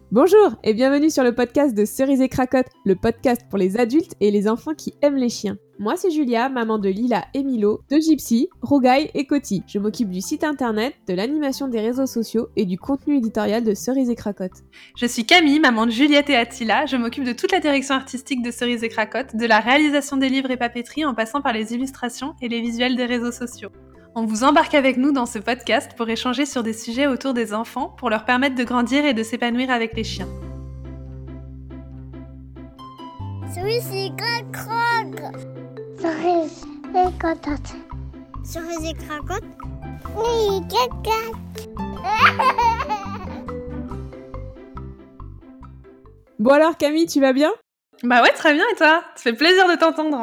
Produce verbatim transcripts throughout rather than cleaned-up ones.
Bonjour et bienvenue sur le podcast de Cerise et Cracotte, le podcast pour les adultes et les enfants qui aiment les chiens. Moi c'est Julia, maman de Lila et Milo, de Gypsy, Rougaille et Coty. Je m'occupe du site internet, de l'animation des réseaux sociaux et du contenu éditorial de Cerise et Cracotte. Je suis Camille, maman de Juliette et Attila. Je m'occupe de toute la direction artistique de Cerise et Cracotte, de la réalisation des livres et papeterie en passant par les illustrations et les visuels des réseaux sociaux. On vous embarque avec nous dans ce podcast pour échanger sur des sujets autour des enfants, pour leur permettre de grandir et de s'épanouir avec les chiens. Cerise et Cracotte. Cerise et Cracotte. Cerise et Cracotte. Oui, Cracotte. Bon alors Camille, tu vas bien ? Bah ouais, très bien, et toi ? Ça fait plaisir de t'entendre.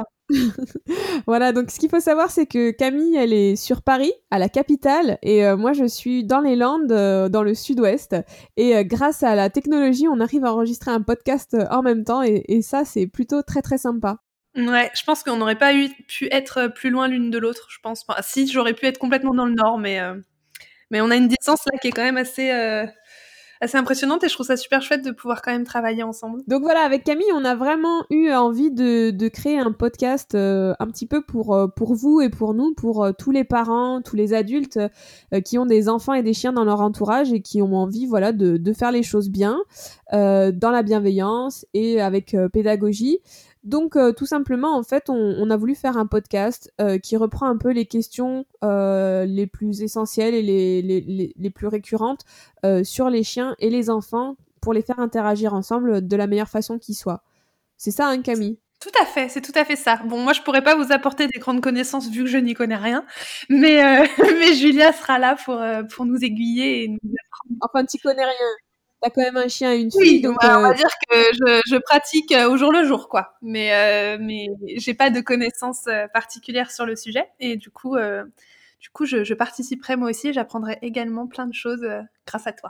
Voilà, donc ce qu'il faut savoir, c'est que Camille, elle est sur Paris, à la capitale, et euh, moi, je suis dans les Landes, euh, dans le sud-ouest. Et euh, grâce à la technologie, on arrive à enregistrer un podcast euh, en même temps, et, et ça, c'est plutôt très, très sympa. Ouais, je pense qu'on n'aurait pas eu, pu être plus loin l'une de l'autre, je pense. Enfin, si, j'aurais pu être complètement dans le nord, mais, euh, mais on a une distance là qui est quand même assez... Euh... assez impressionnante et je trouve ça super chouette de pouvoir quand même travailler ensemble. Donc voilà, avec Camille, on a vraiment eu envie de, de créer un podcast euh, un petit peu pour, euh, pour vous et pour nous, pour euh, tous les parents, tous les adultes euh, qui ont des enfants et des chiens dans leur entourage et qui ont envie voilà, de, de faire les choses bien, euh, dans la bienveillance et avec euh, pédagogie. Donc euh, tout simplement, en fait, on, on a voulu faire un podcast euh, qui reprend un peu les questions euh, les plus essentielles et les, les, les, les plus récurrentes euh, sur les chiens et les enfants pour les faire interagir ensemble de la meilleure façon qui soit. C'est ça, hein, Camille ? Tout à fait, c'est tout à fait ça. Bon, moi, je pourrais pas vous apporter des grandes connaissances vu que je n'y connais rien, mais, euh, mais Julia sera là pour, euh, pour nous aiguiller et nous apprendre. Enfin, tu connais rien. T'as quand même un chien et une fille, oui, donc... bah, euh... on va dire que je, je pratique au jour le jour, quoi. Mais, euh, mais j'ai pas de connaissances particulières sur le sujet. Et du coup, euh, du coup je, je participerai moi aussi et j'apprendrai également plein de choses euh, grâce à toi.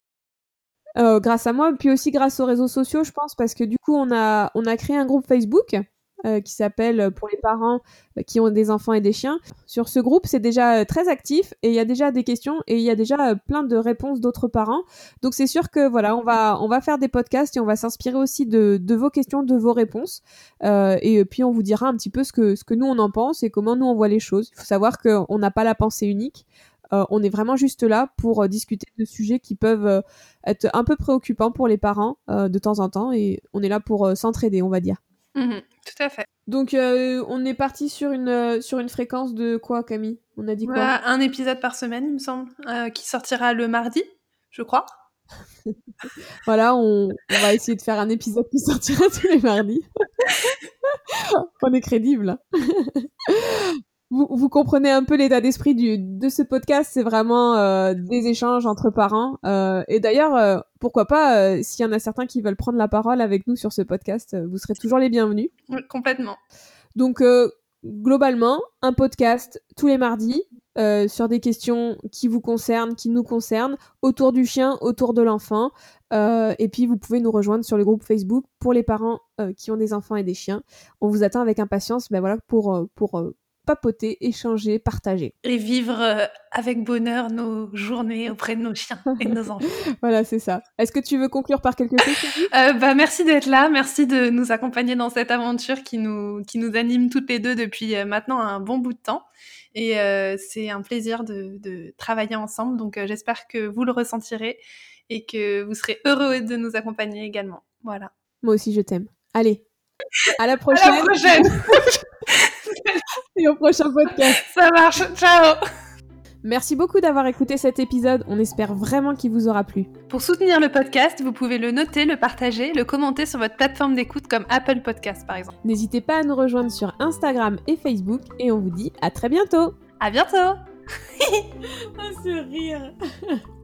Euh, grâce à moi, puis aussi grâce aux réseaux sociaux, je pense, parce que du coup, on a, on a créé un groupe Facebook euh, qui s'appelle « Pour les parents euh, qui ont des enfants et des chiens ». Sur ce groupe, c'est déjà euh, très actif et il y a déjà des questions et il y a déjà euh, plein de réponses d'autres parents. Donc, c'est sûr que voilà, on va, on va faire des podcasts et on va s'inspirer aussi de, de vos questions, de vos réponses. Euh, et puis, on vous dira un petit peu ce que, ce que nous, on en pense et comment nous, on voit les choses. Il faut savoir qu'on n'a pas la pensée unique. Euh, on est vraiment juste là pour euh, discuter de sujets qui peuvent euh, être un peu préoccupants pour les parents euh, de temps en temps et on est là pour euh, s'entraider, on va dire. Mmh, tout à fait. Donc euh, on est parti sur une, euh, sur une fréquence de quoi, Camille ? On a dit quoi ? Bah, un épisode par semaine, il me semble, euh, qui sortira le mardi, je crois. Voilà, on, on va essayer de faire un épisode qui sortira tous les mardis. On est crédible. Vous, vous comprenez un peu l'état d'esprit du, de ce podcast, c'est vraiment euh, des échanges entre parents. Euh, et d'ailleurs, euh, pourquoi pas, euh, s'il y en a certains qui veulent prendre la parole avec nous sur ce podcast, euh, vous serez toujours les bienvenus. Oui, complètement. Donc, euh, globalement, un podcast tous les mardis euh, sur des questions qui vous concernent, qui nous concernent, autour du chien, autour de l'enfant. Euh, et puis, vous pouvez nous rejoindre sur le groupe Facebook pour les parents euh, qui ont des enfants et des chiens. On vous attend avec impatience ben voilà, pour... Euh, pour euh, papoter, échanger, partager. Et vivre euh, avec bonheur nos journées auprès de nos chiens et de nos enfants. Voilà, c'est ça. Est-ce que tu veux conclure par quelque chose, Camille ? euh, bah, Merci d'être là, merci de nous accompagner dans cette aventure qui nous, qui nous anime toutes les deux depuis euh, maintenant un bon bout de temps. Et euh, c'est un plaisir de, de travailler ensemble, donc euh, j'espère que vous le ressentirez et que vous serez heureux de nous accompagner également. Voilà. Moi aussi, je t'aime. Allez, à la prochaine. À la prochaine. Et au prochain podcast. Ça marche, ciao. Merci beaucoup d'avoir écouté cet épisode, on espère vraiment qu'il vous aura plu. Pour soutenir le podcast, vous pouvez le noter, le partager, le commenter sur votre plateforme d'écoute comme Apple Podcast par exemple. N'hésitez pas à nous rejoindre sur Instagram et Facebook et on vous dit à très bientôt. À bientôt. Ah, ce rire.